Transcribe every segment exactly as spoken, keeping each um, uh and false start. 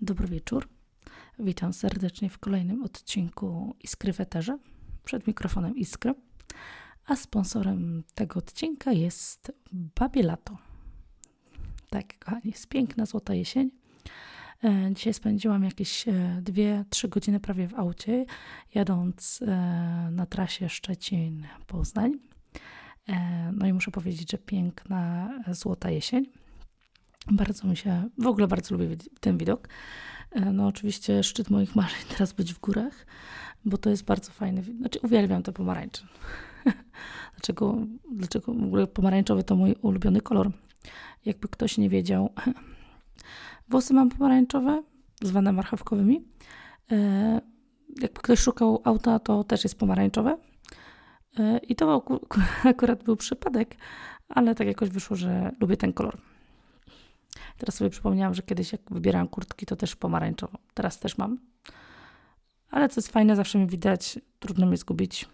Dobry wieczór. Witam serdecznie w kolejnym odcinku Iskry w Eterze. Przed mikrofonem Iskry. A sponsorem tego odcinka jest Babie Lato. Tak, kochani, jest piękna, złota jesień. Dzisiaj spędziłam jakieś dwie trzy godziny prawie w aucie, jadąc na trasie Szczecin-Poznań. No i muszę powiedzieć, że piękna, złota jesień. Bardzo mi się, w ogóle bardzo lubię ten widok. No oczywiście szczyt moich marzeń teraz być w górach, bo to jest bardzo fajny widok. Znaczy uwielbiam te pomarańcze. Dlaczego, dlaczego w ogóle pomarańczowy to mój ulubiony kolor? Jakby ktoś nie wiedział, włosy mam pomarańczowe, zwane marchewkowymi. Jakby ktoś szukał auta, to też jest pomarańczowe. I to akurat był przypadek, ale tak jakoś wyszło, że lubię ten kolor. Teraz sobie przypomniałam, że kiedyś jak wybierałam kurtki, to też pomarańczową. Teraz też mam. Ale co jest fajne, zawsze mi widać, trudno mnie zgubić.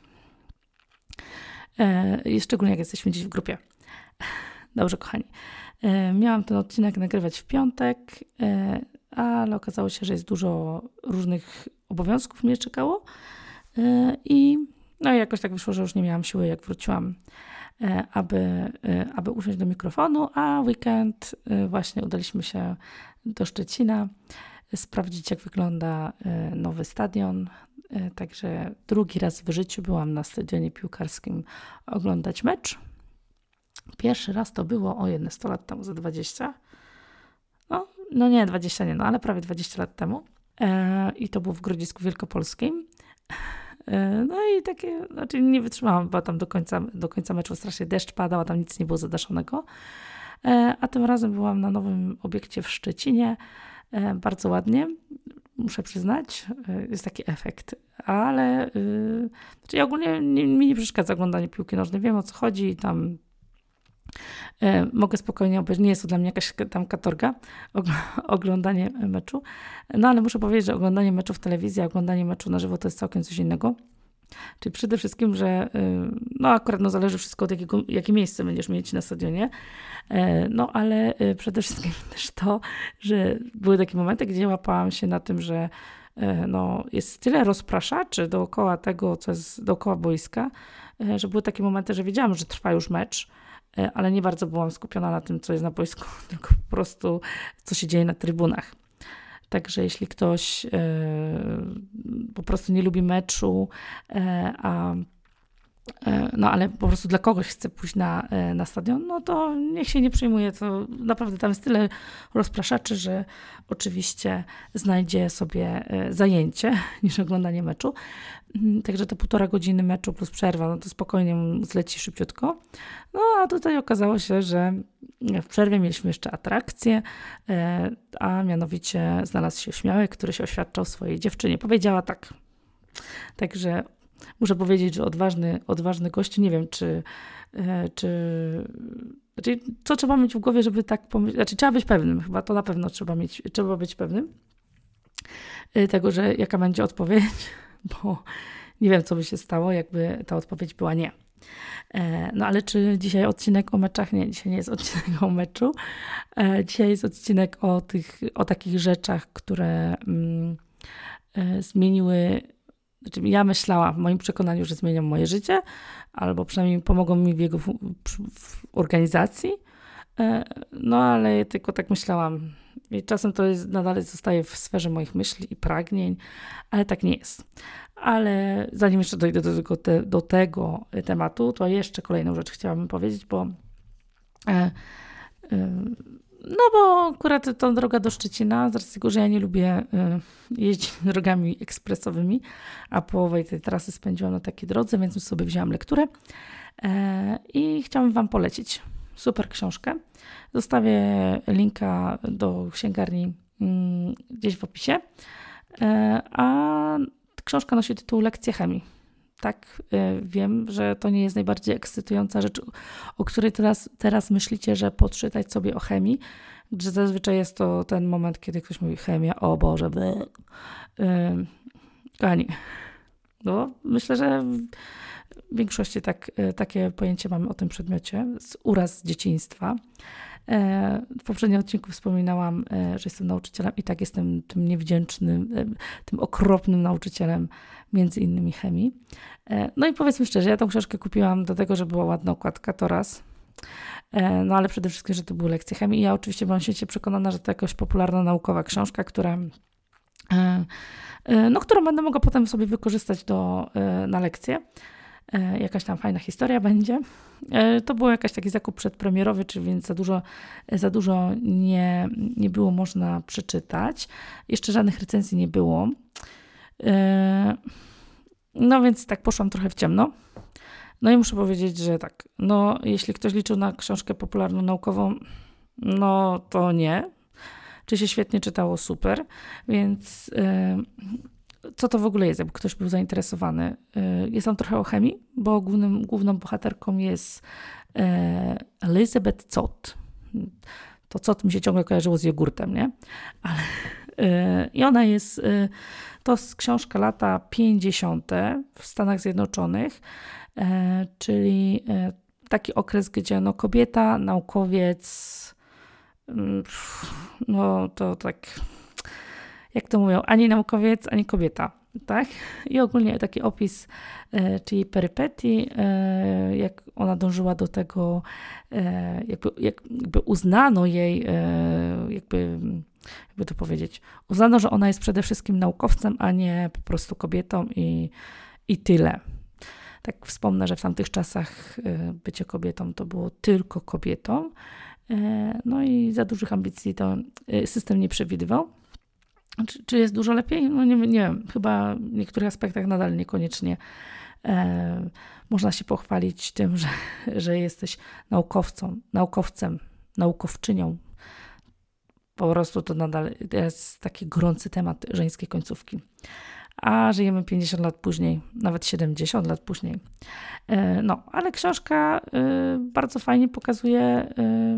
E, szczególnie jak jesteśmy gdzieś w grupie. Dobrze, kochani. E, miałam ten odcinek nagrywać w piątek, e, ale okazało się, że jest dużo różnych obowiązków mnie czekało. E, I no, jakoś tak wyszło, że już nie miałam siły, jak wróciłam, aby, aby usiąść do mikrofonu, a weekend właśnie udaliśmy się do Szczecina sprawdzić, jak wygląda nowy stadion. Także drugi raz w życiu byłam na stadionie piłkarskim oglądać mecz. Pierwszy raz to było, o jedne sto lat temu, za dwadzieścia. No, no nie, dwadzieścia nie, no ale prawie dwadzieścia lat temu. I to było w Grodzisku Wielkopolskim. No i takie, znaczy nie wytrzymałam, bo tam do końca, do końca meczu strasznie deszcz padał, a tam nic nie było zadaszonego. A tym razem byłam na nowym obiekcie w Szczecinie. Bardzo ładnie, muszę przyznać, jest taki efekt. Ale yy, znaczy ogólnie nie, mi nie przeszkadza oglądanie piłki nożnej, wiem o co chodzi i tam E, mogę spokojnie obejrzeć, nie jest to dla mnie jakaś tam katorga, oglądanie meczu, no ale muszę powiedzieć, że oglądanie meczu w telewizji, a oglądanie meczu na żywo to jest całkiem coś innego. Czyli przede wszystkim, że no akurat no zależy wszystko od jakiego, jakie miejsce będziesz mieć na stadionie, no ale przede wszystkim też to, że były takie momenty, gdzie łapałam się na tym, że no jest tyle rozpraszaczy dookoła tego, co jest dookoła boiska, że były takie momenty, że wiedziałam, że trwa już mecz, ale nie bardzo byłam skupiona na tym, co jest na boisku, tylko po prostu co się dzieje na trybunach. Także jeśli ktoś e, po prostu nie lubi meczu, e, a e, no ale po prostu dla kogoś chce pójść na, e, na stadion, no to niech się nie przejmuje. To naprawdę tam jest tyle rozpraszaczy, że oczywiście znajdzie sobie e, zajęcie niż oglądanie meczu. Także to półtora godziny meczu plus przerwa, no to spokojnie zleci szybciutko. No a tutaj okazało się, że w przerwie mieliśmy jeszcze atrakcję, a mianowicie znalazł się śmiały, który się oświadczał swojej dziewczynie. Powiedziała tak. Także muszę powiedzieć, że odważny, odważny gościu, nie wiem czy, czy znaczy, co trzeba mieć w głowie, żeby tak pomyśleć, znaczy trzeba być pewnym, chyba to na pewno trzeba mieć, trzeba być pewnym tego, że jaka będzie odpowiedź, bo nie wiem, co by się stało, jakby ta odpowiedź była nie. No ale czy dzisiaj odcinek o meczach? Nie, dzisiaj nie jest odcinek o meczu. Dzisiaj jest odcinek o tych, o takich rzeczach, które mm, zmieniły, znaczy ja myślałam w moim przekonaniu, że zmienią moje życie, albo przynajmniej pomogą mi w jego w, w organizacji. No ale tylko tak myślałam. I czasem to jest, nadal zostaje w sferze moich myśli i pragnień, ale tak nie jest. Ale zanim jeszcze dojdę do tego, te, do tego tematu, to jeszcze kolejną rzecz chciałabym powiedzieć, bo e, e, no bo akurat ta droga do Szczecina, z racji tego, że ja nie lubię e, jeździć drogami ekspresowymi, a połowę tej trasy spędziłam na takiej drodze, więc sobie wzięłam lekturę e, i chciałam wam polecić super książkę. Zostawię linka do księgarni mm, gdzieś w opisie. E, a książka nosi tytuł Lekcje chemii. Tak, e, wiem, że to nie jest najbardziej ekscytująca rzecz, o której teraz, teraz myślicie, że poczytać sobie o chemii, że zazwyczaj jest to ten moment, kiedy ktoś mówi chemia, o Boże, ble. E, kochani, no myślę, że w większości tak, takie pojęcie mamy o tym przedmiocie z uraz z dzieciństwa. W poprzednim odcinku wspominałam, że jestem nauczycielem i tak jestem tym niewdzięcznym, tym okropnym nauczycielem, między innymi chemii. No i powiedzmy szczerze, ja tą książkę kupiłam do tego, że była ładna okładka, to raz. No ale przede wszystkim, że to były lekcje chemii i ja oczywiście byłam świecie przekonana, że to jakaś popularna naukowa książka, która, no, którą będę mogła potem sobie wykorzystać do, na lekcje. Jakaś tam fajna historia będzie. To był jakiś taki zakup przedpremierowy, czyli więc za dużo, za dużo nie, nie było można przeczytać. Jeszcze żadnych recenzji nie było. No więc tak poszłam trochę w ciemno. No i muszę powiedzieć, że tak, no jeśli ktoś liczył na książkę popularną naukową, no to nie. Czy się świetnie czytało? Super. Więc yy, co to w ogóle jest, jakby ktoś był zainteresowany? Yy, jest tam trochę o chemii, bo głównym, główną bohaterką jest yy, Elizabeth Zott. To Zott mi się ciągle kojarzyło z jogurtem, nie? Ale yy, i ona jest, yy, to jest książka lata pięćdziesiąte w Stanach Zjednoczonych, E, czyli e, taki okres, gdzie no, kobieta, naukowiec, mm, no to tak, jak to mówią, ani naukowiec, ani kobieta, tak? I ogólnie taki opis, e, czyli perypetii, e, jak ona dążyła do tego, e, jakby, jakby uznano jej, e, jakby, jakby to powiedzieć, uznano, że ona jest przede wszystkim naukowcem, a nie po prostu kobietą i, i tyle. Tak wspomnę, że w tamtych czasach bycie kobietą to było tylko kobietą. No i za dużych ambicji to system nie przewidywał. Czy, czy jest dużo lepiej? No nie, nie wiem. Chyba w niektórych aspektach nadal niekoniecznie e, można się pochwalić tym, że, że jesteś naukowcą, naukowcem, naukowczynią. Po prostu to nadal jest taki gorący temat żeńskiej końcówki. A żyjemy pięćdziesiąt lat później, nawet siedemdziesiąt lat później. No, ale książka bardzo fajnie pokazuje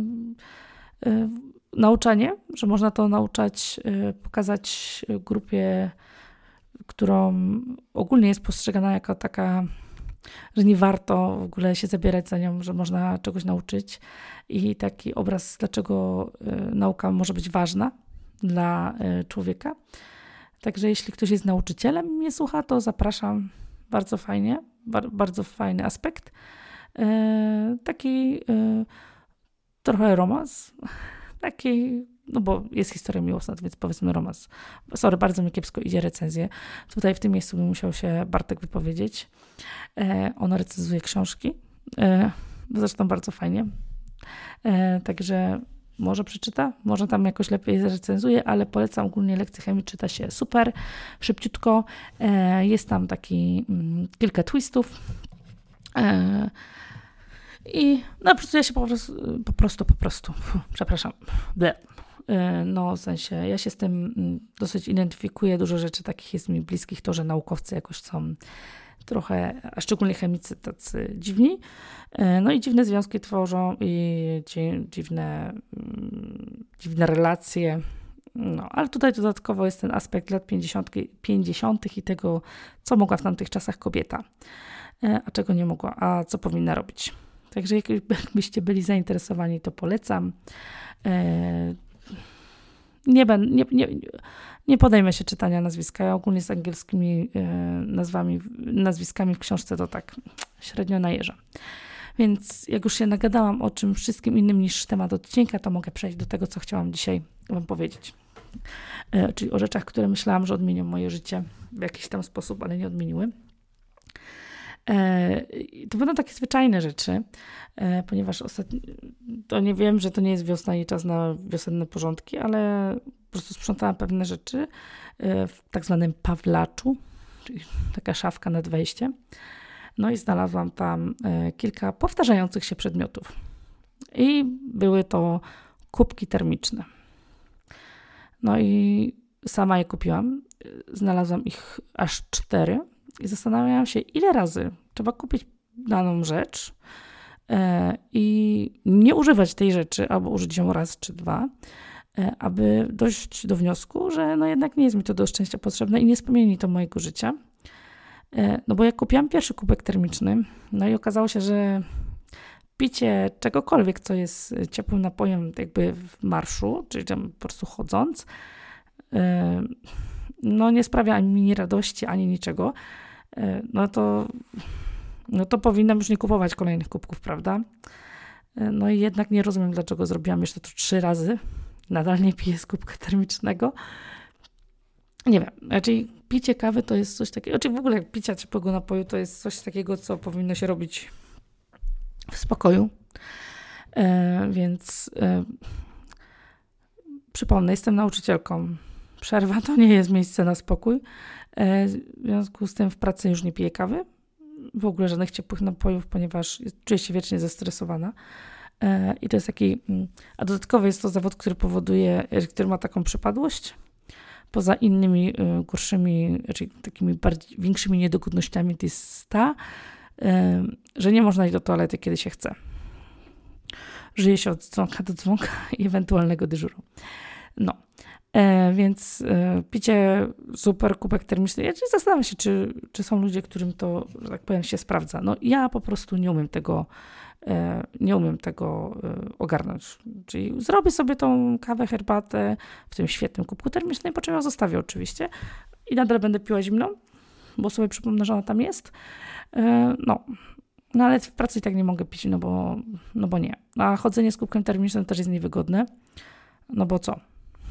nauczanie, że można to nauczać, pokazać grupie, którą ogólnie jest postrzegana jako taka, że nie warto w ogóle się zabierać za nią, że można czegoś nauczyć i taki obraz, dlaczego nauka może być ważna dla człowieka. Także jeśli ktoś jest nauczycielem i mnie słucha, to zapraszam. Bardzo fajnie, bar- bardzo fajny aspekt. E, taki e, trochę romans. Taki, no bo jest historia miłosna, więc powiedzmy romans. Sorry, bardzo mi kiepsko idzie recenzję. Tutaj w tym miejscu by musiał się Bartek wypowiedzieć. E, on recenzuje książki. E, zresztą bardzo fajnie. E, także może przeczyta, może tam jakoś lepiej zrecenzuje, ale polecam ogólnie lekcje chemii, czyta się super, szybciutko. E, jest tam taki mm, kilka twistów. E, I no po prostu ja się po prostu, po prostu, po prostu, przepraszam, ble. E, no w sensie ja się z tym dosyć identyfikuję, dużo rzeczy takich jest mi bliskich, to, że naukowcy jakoś są trochę, a szczególnie chemicy tacy dziwni. No i dziwne związki tworzą i dziwne, dziwne relacje. No, ale tutaj dodatkowo jest ten aspekt lat pięćdziesiątych i tego, co mogła w tamtych czasach kobieta, a czego nie mogła, a co powinna robić. Także jakbyście byli zainteresowani, to polecam. Nie, ben, nie, nie, nie podejmę się czytania nazwiska. Ja ogólnie z angielskimi e, nazwami, nazwiskami w książce to tak średnio najeżdżam. Więc jak już się nagadałam o czym wszystkim innym niż temat odcinka, to mogę przejść do tego, co chciałam dzisiaj wam powiedzieć. E, czyli o rzeczach, które myślałam, że odmienią moje życie w jakiś tam sposób, ale nie odmieniły. E, to będą takie zwyczajne rzeczy, e, ponieważ ostatnio, to nie wiem, że to nie jest wiosna i czas na wiosenne porządki, ale po prostu sprzątałam pewne rzeczy e, w tak zwanym pawlaczu, czyli taka szafka nad wejściem. No i znalazłam tam e, kilka powtarzających się przedmiotów. I były to kubki termiczne. No i sama je kupiłam. Znalazłam ich aż cztery. I zastanawiałam się, ile razy trzeba kupić daną rzecz e, i nie używać tej rzeczy, albo użyć ją raz czy dwa, e, aby dojść do wniosku, że no jednak nie jest mi to do szczęścia potrzebne i nie spełni to mojego życia. E, no bo jak kupiłam pierwszy kubek termiczny, no i okazało się, że picie czegokolwiek, co jest ciepłym napojem jakby w marszu, czyli tam po prostu chodząc, no nie sprawia ani mi radości, ani niczego, no to, no to powinnam już nie kupować kolejnych kubków, prawda? No i jednak nie rozumiem, dlaczego zrobiłam jeszcze to trzy razy. Nadal nie piję z kubka termicznego. Nie wiem, raczej picie kawy to jest coś takiego, znaczy w ogóle picie ciepłego napoju to jest coś takiego, co powinno się robić w spokoju. E, więc e, przypomnę, jestem nauczycielką. Przerwa to nie jest miejsce na spokój. E, w związku z tym w pracy już nie piję kawy. W ogóle żadnych ciepłych napojów, ponieważ czuję się wiecznie zestresowana. E, I to jest taki... A dodatkowo jest to zawód, który powoduje, który ma taką przypadłość. Poza innymi y, gorszymi, czyli takimi bardziej, większymi niedogodnościami, to jest ta, y, że nie można iść do toalety, kiedy się chce. Żyje się od dzwonka do dzwonka i ewentualnego dyżuru. No, e, więc e, picie super kubek termiczny. Ja zastanawiam się, czy, czy są ludzie, którym to, że tak powiem, się sprawdza. No ja po prostu nie umiem tego e, nie umiem tego e, ogarnąć. Czyli zrobię sobie tą kawę, herbatę w tym świetnym kubku termicznym, po czym ją zostawię oczywiście i nadal będę piła zimną, bo sobie przypomnę, że ona tam jest. E, no. No ale w pracy i tak nie mogę pić, no bo, no bo nie. A chodzenie z kubkiem termicznym też jest niewygodne. No bo co?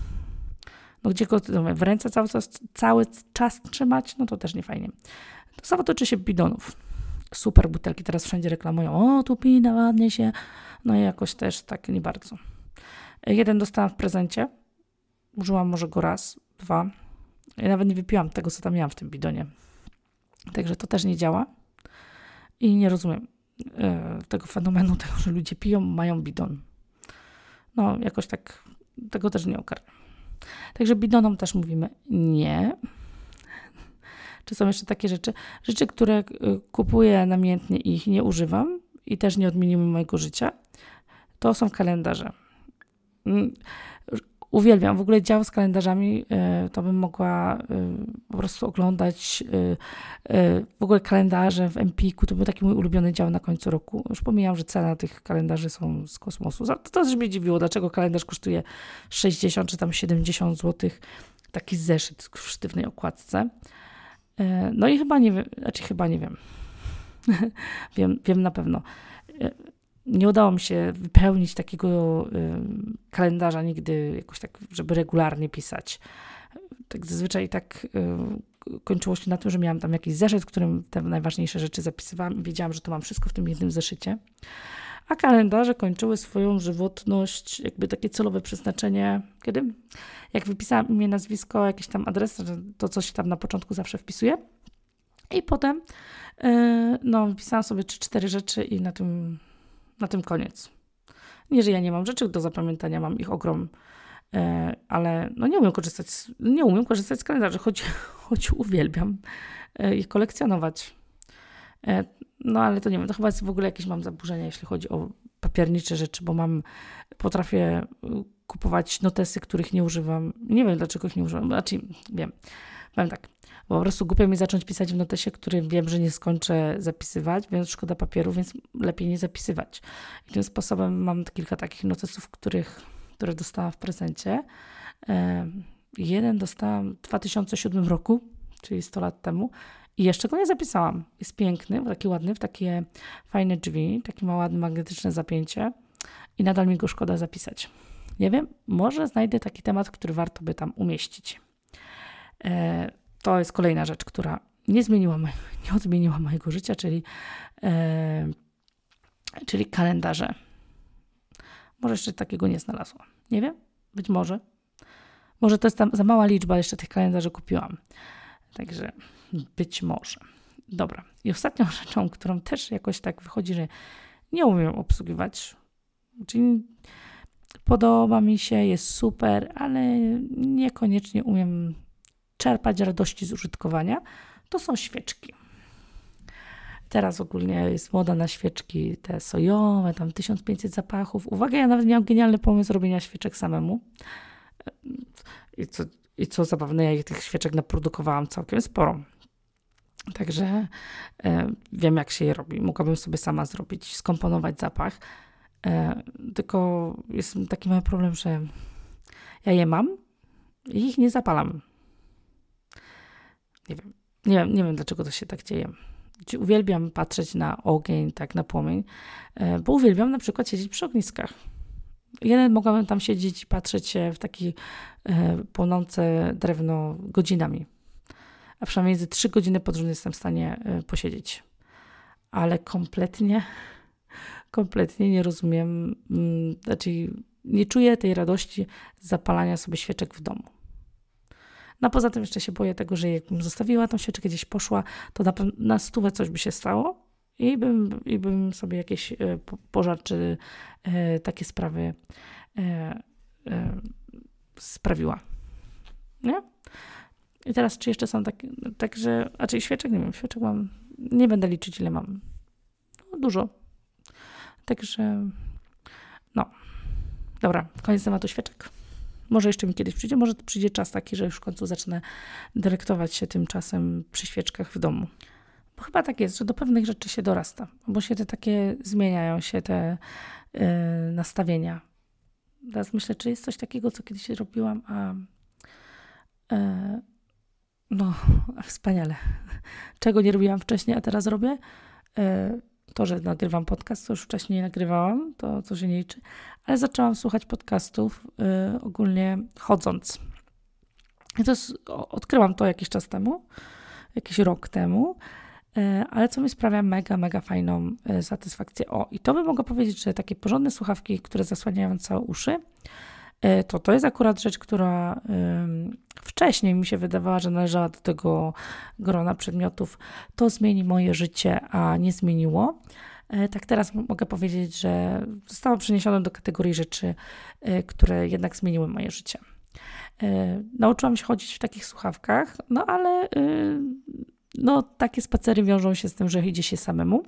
No gdzie go no, w ręce cały czas, cały czas trzymać? No to też nie fajnie. To samo toczy się bidonów. Super butelki teraz wszędzie reklamują. O, tu pina, ładnie się. No i jakoś też tak nie bardzo. Jeden dostałam w prezencie. Użyłam może go raz, dwa. Ja nawet nie wypiłam tego, co tam miałam w tym bidonie. Także to też nie działa. I nie rozumiem e, tego fenomenu, tego, że ludzie piją, mają bidon. No, jakoś tak tego też nie ogarniam. Także bidonom też mówimy nie. Czy są jeszcze takie rzeczy? Rzeczy, które kupuję namiętnie i ich nie używam i też nie odmieniły mojego życia, to są kalendarze. Uwielbiam. W ogóle dział z kalendarzami, to bym mogła po prostu oglądać w ogóle kalendarze w Empiku. To był taki mój ulubiony dział na końcu roku. Już pomijam, że cena tych kalendarzy są z kosmosu. To też mnie dziwiło, dlaczego kalendarz kosztuje sześćdziesiąt czy tam siedemdziesiąt złotych. Taki zeszyt w sztywnej okładce. No i chyba nie wiem, znaczy chyba nie wiem. wiem, wiem na pewno. Nie udało mi się wypełnić takiego y, kalendarza nigdy, jakoś tak, żeby regularnie pisać. Tak zazwyczaj tak y, kończyło się na tym, że miałam tam jakiś zeszyt, w którym te najważniejsze rzeczy zapisywałam i wiedziałam, że to mam wszystko w tym jednym zeszycie. A kalendarze kończyły swoją żywotność, jakby takie celowe przeznaczenie, kiedy? Jak wypisałam imię, nazwisko, jakiś tam adres, to co się tam na początku zawsze wpisuje. I potem y, no, wypisałam sobie trzy, cztery rzeczy i na tym Na tym koniec. Nie, że ja nie mam rzeczy do zapamiętania, mam ich ogrom, e, ale no nie umiem korzystać z, nie umiem korzystać z kalendarzy, choć, choć uwielbiam e, ich kolekcjonować. E, no ale to nie wiem, to chyba jest w ogóle jakieś mam zaburzenia, jeśli chodzi o papiernicze rzeczy, bo mam, potrafię kupować notesy, których nie używam. Nie wiem, dlaczego ich nie używam. Znaczy, wiem, powiem tak. Bo po prostu głupio mi zacząć pisać w notesie, który wiem, że nie skończę zapisywać, więc szkoda papieru, więc lepiej nie zapisywać. I tym sposobem mam kilka takich notesów, których, które dostałam w prezencie. Jeden dostałam w dwa tysiące siódmym roku, czyli sto lat temu i jeszcze go nie zapisałam. Jest piękny, taki ładny, w takie fajne drzwi, takie ma ładne magnetyczne zapięcie i nadal mi go szkoda zapisać. Nie wiem, może znajdę taki temat, który warto by tam umieścić. To jest kolejna rzecz, która nie zmieniła, nie odmieniła mojego życia, czyli, e, czyli kalendarze. Może jeszcze takiego nie znalazłam. Nie wiem, być może. Może to jest tam za mała liczba, jeszcze tych kalendarzy kupiłam. Także być może. Dobra. I ostatnią rzeczą, którą też jakoś tak wychodzi, że nie umiem obsługiwać, czyli podoba mi się, jest super, ale niekoniecznie umiem czerpać radości z użytkowania, to są świeczki. Teraz ogólnie jest moda na świeczki te sojowe, tam tysiąc pięćset zapachów. Uwaga, ja nawet miałam genialny pomysł robienia świeczek samemu. I co, i co zabawne, ja tych świeczek naprodukowałam całkiem sporo. Także e, wiem, jak się je robi. Mogłabym sobie sama zrobić, skomponować zapach. E, tylko jest taki mały problem, że ja je mam i ich nie zapalam. Nie wiem, nie wiem, nie wiem dlaczego to się tak dzieje. Uwielbiam patrzeć na ogień, tak na płomień, e, bo uwielbiam na przykład siedzieć przy ogniskach. Jeden mogłabym tam siedzieć i patrzeć się w takie e, płonące drewno godzinami. A przynajmniej ze trzy godziny pod rząd jestem w stanie y, posiedzieć. Ale kompletnie, kompletnie nie rozumiem, mm, znaczy nie czuję tej radości z zapalania sobie świeczek w domu. No poza tym jeszcze się boję tego, że jakbym zostawiła tą świeczkę, gdzieś poszła, to na, na stówę coś by się stało i bym, i bym sobie jakieś y, pożar czy y, takie sprawy y, y, sprawiła. Nie? I teraz, czy jeszcze są takie, także, a czyli świeczek, nie wiem, świeczek mam, nie będę liczyć, ile mam. No, dużo. Także, no. Dobra, koniec tematu świeczek. Może jeszcze mi kiedyś przyjdzie, może przyjdzie czas taki, że już w końcu zacznę dyrektować się tymczasem przy świeczkach w domu. Bo chyba tak jest, że do pewnych rzeczy się dorasta, bo się te takie, zmieniają się te yy, nastawienia. Teraz myślę, czy jest coś takiego, co kiedyś robiłam, a yy, no, wspaniale. Czego nie robiłam wcześniej, a teraz robię? To, że nagrywam podcast, to już wcześniej nagrywałam, to co się nie liczy, ale zaczęłam słuchać podcastów ogólnie chodząc. I to jest, odkryłam to jakiś czas temu, jakiś rok temu, ale co mi sprawia mega, mega fajną satysfakcję. O, i to bym mogła powiedzieć, że takie porządne słuchawki, które zasłaniają całe uszy, to to jest akurat rzecz, która ym, wcześniej mi się wydawała, że należała do tego grona przedmiotów. To zmieni moje życie, a nie zmieniło. E, tak teraz m- mogę powiedzieć, że zostało przeniesione do kategorii rzeczy, y, które jednak zmieniły moje życie. E, nauczyłam się chodzić w takich słuchawkach, no ale y, no, takie spacery wiążą się z tym, że idzie się samemu.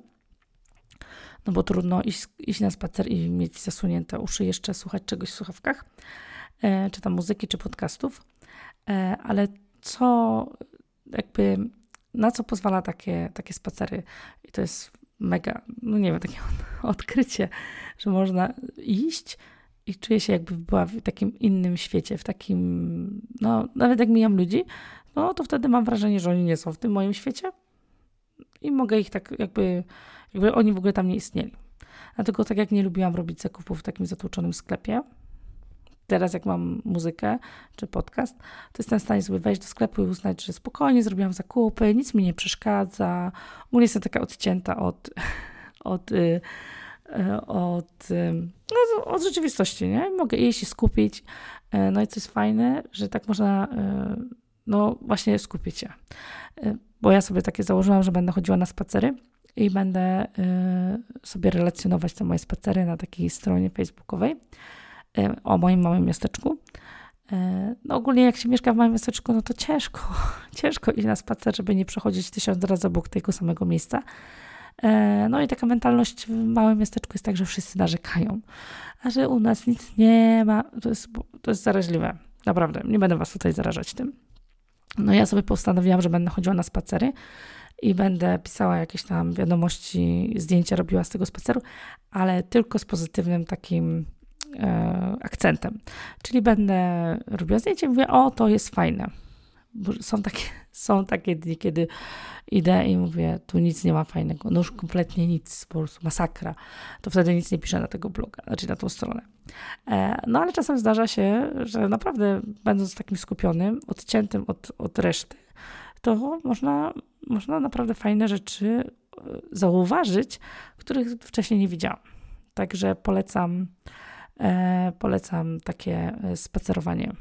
No bo trudno iść, iść na spacer i mieć zasunięte uszy, jeszcze słuchać czegoś w słuchawkach, e, czy tam muzyki, czy podcastów. E, ale co jakby, na co pozwala takie, takie spacery? I to jest mega, no nie wiem, takie odkrycie, że można iść i czuję się jakby była w takim innym świecie, w takim, no nawet jak mijam ludzi, no to wtedy mam wrażenie, że oni nie są w tym moim świecie i mogę ich tak jakby Jakby oni w ogóle tam nie istnieli. Dlatego tak jak nie lubiłam robić zakupów w takim zatłoczonym sklepie, teraz jak mam muzykę czy podcast, to jestem w stanie sobie wejść do sklepu i uznać, że spokojnie zrobiłam zakupy, nic mi nie przeszkadza. U mnie jestem taka odcięta od, od, od, no, od rzeczywistości, nie? Mogę iść i skupić. No i co jest fajne, że tak można no właśnie skupić się. Bo ja sobie takie założyłam, że będę chodziła na spacery i będę y, sobie relacjonować te moje spacery na takiej stronie facebookowej y, o moim małym miasteczku. Y, no ogólnie jak się mieszka w małym miasteczku, no to ciężko, ciężko iść na spacer, żeby nie przechodzić tysiąc razy obok tego samego miejsca. Y, no i taka mentalność w małym miasteczku jest tak, że wszyscy narzekają, a że u nas nic nie ma, to jest, to jest zaraźliwe. Naprawdę, nie będę was tutaj zarażać tym. No ja sobie postanowiłam, że będę chodziła na spacery i będę pisała jakieś tam wiadomości, zdjęcia robiła z tego spaceru, ale tylko z pozytywnym takim e, akcentem. Czyli będę robiła zdjęcie i mówię, o, to jest fajne. Bo są takie, są takie dni, kiedy idę i mówię, tu nic nie ma fajnego, no już kompletnie nic, po prostu masakra. To wtedy nic nie piszę na tego bloga, znaczy na tą stronę. E, no ale czasem zdarza się, że naprawdę będąc takim skupionym, odciętym od, od reszty, to można, można naprawdę fajne rzeczy zauważyć, których wcześniej nie widziałam. Także polecam, e, polecam takie spacerowanie.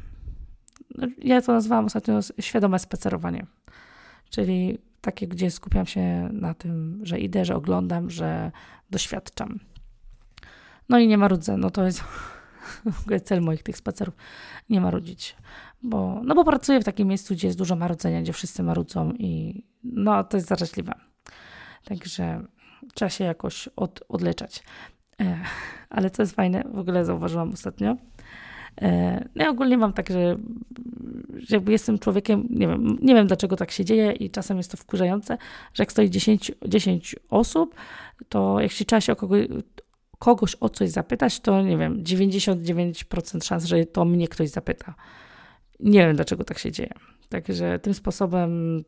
Ja to nazwałam ostatnio świadome spacerowanie. Czyli takie, gdzie skupiam się na tym, że idę, że oglądam, że doświadczam. No i nie marudzę. No to jest w ogóle cel moich tych spacerów. Nie marudzić. Bo, no bo pracuję w takim miejscu, gdzie jest dużo marudzenia, gdzie wszyscy marudzą i no to jest zaraźliwe. Także trzeba się jakoś od, odleczać. E, ale co jest fajne, w ogóle zauważyłam ostatnio, No ja ogólnie mam tak, że, że jakby jestem człowiekiem, nie wiem, nie wiem dlaczego tak się dzieje i czasem jest to wkurzające, że jak stoi dziesięć, dziesięć osób, to jak się trzeba się o kogoś, kogoś o coś zapytać, to nie wiem, dziewięćdziesiąt dziewięć procent szans, że to mnie ktoś zapyta. Nie wiem dlaczego tak się dzieje. Także tym sposobem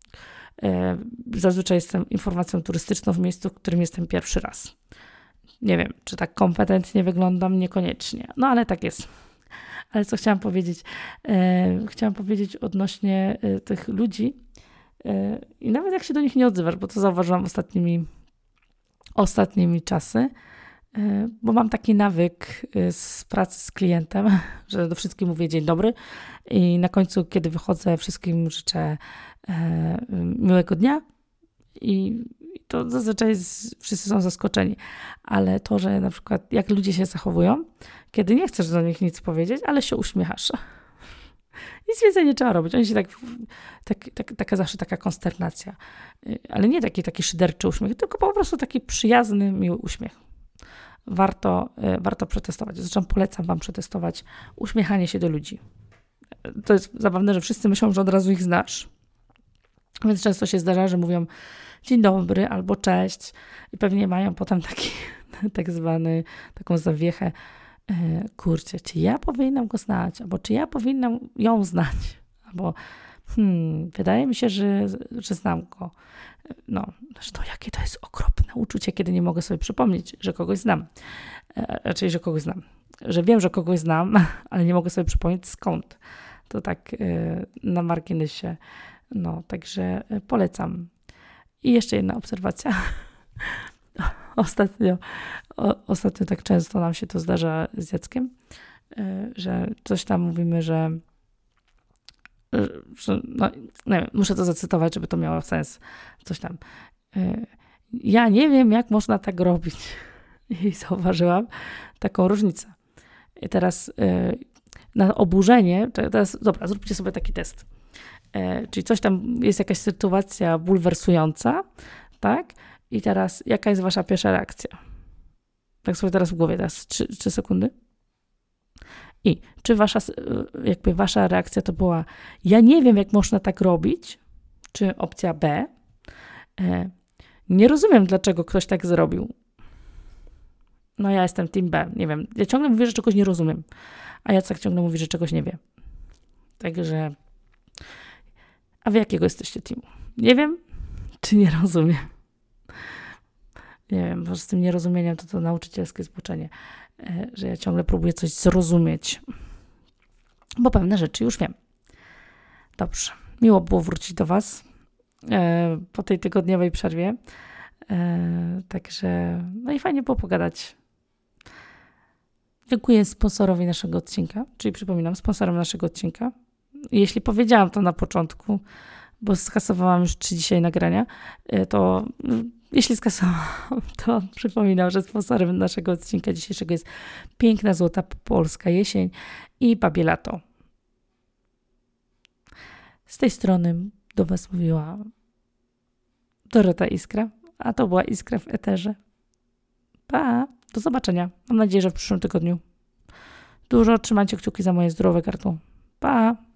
e, zazwyczaj jestem informacją turystyczną w miejscu, w którym jestem pierwszy raz. Nie wiem, czy tak kompetentnie wyglądam, niekoniecznie. No ale tak jest. Ale co chciałam powiedzieć? E, chciałam powiedzieć odnośnie e, tych ludzi e, i nawet jak się do nich nie odzywasz, bo to zauważyłam ostatnimi, ostatnimi czasy, e, bo mam taki nawyk e, z pracy z klientem, że do wszystkich mówię dzień dobry i na końcu, kiedy wychodzę, wszystkim życzę e, miłego dnia i to zazwyczaj z, wszyscy są zaskoczeni, ale to, że na przykład jak ludzie się zachowują, kiedy nie chcesz do nich nic powiedzieć, ale się uśmiechasz. Nic więcej nie trzeba robić. Oni się tak, tak, tak, taka zawsze taka konsternacja. Ale nie taki, taki szyderczy uśmiech, tylko po prostu taki przyjazny, miły uśmiech. Warto, warto przetestować. Zresztą polecam wam przetestować uśmiechanie się do ludzi. To jest zabawne, że wszyscy myślą, że od razu ich znasz. Więc często się zdarza, że mówią dzień dobry albo cześć i pewnie mają potem taki tak zwany, taką zawiechę, e, kurczę, czy ja powinnam go znać, albo czy ja powinnam ją znać, albo hmm, wydaje mi się, że, że znam go. No, zresztą jakie to jest okropne uczucie, kiedy nie mogę sobie przypomnieć, że kogoś znam. E, raczej, że kogoś znam. Że wiem, że kogoś znam, ale nie mogę sobie przypomnieć skąd. To tak e, na marginesie. No, także polecam. I jeszcze jedna obserwacja. Ostatnio, o, ostatnio tak często nam się to zdarza z Jackiem, że coś tam mówimy, że, że no, nie wiem, muszę to zacytować, żeby to miało sens. Coś tam. Ja nie wiem, jak można tak robić. I zauważyłam taką różnicę. I teraz na oburzenie, teraz, dobra, zróbcie sobie taki test. Czyli coś tam, jest jakaś sytuacja bulwersująca, tak? I teraz, jaka jest wasza pierwsza reakcja? Tak sobie teraz w głowie, teraz trzy, trzy sekundy. I czy wasza, jakby wasza reakcja to była, ja nie wiem, jak można tak robić, czy opcja B, e, nie rozumiem, dlaczego ktoś tak zrobił. No ja jestem team B, nie wiem. Ja ciągle mówię, że czegoś nie rozumiem, a Jacek ciągle mówi, że czegoś nie wie. Także... A wy jakiego jesteście teamu? Nie wiem, czy nie rozumiem. Nie wiem, bo z tym nierozumieniem to to nauczycielskie zboczenie, że ja ciągle próbuję coś zrozumieć, bo pewne rzeczy już wiem. Dobrze, miło było wrócić do was e, po tej tygodniowej przerwie. E, także, no i fajnie było pogadać. Dziękuję sponsorowi naszego odcinka, czyli przypominam, sponsorem naszego odcinka. Jeśli powiedziałam to na początku, bo skasowałam już trzy dzisiaj nagrania, to jeśli skasowałam, to przypominam, że sponsorem naszego odcinka dzisiejszego jest piękna, złota polska jesień i babie lato. Z tej strony do was mówiła Dorota Iskra, a to była Iskra w eterze. Pa! Do zobaczenia. Mam nadzieję, że w przyszłym tygodniu. Dużo trzymajcie kciuki za moje zdrowe gardło. Pa!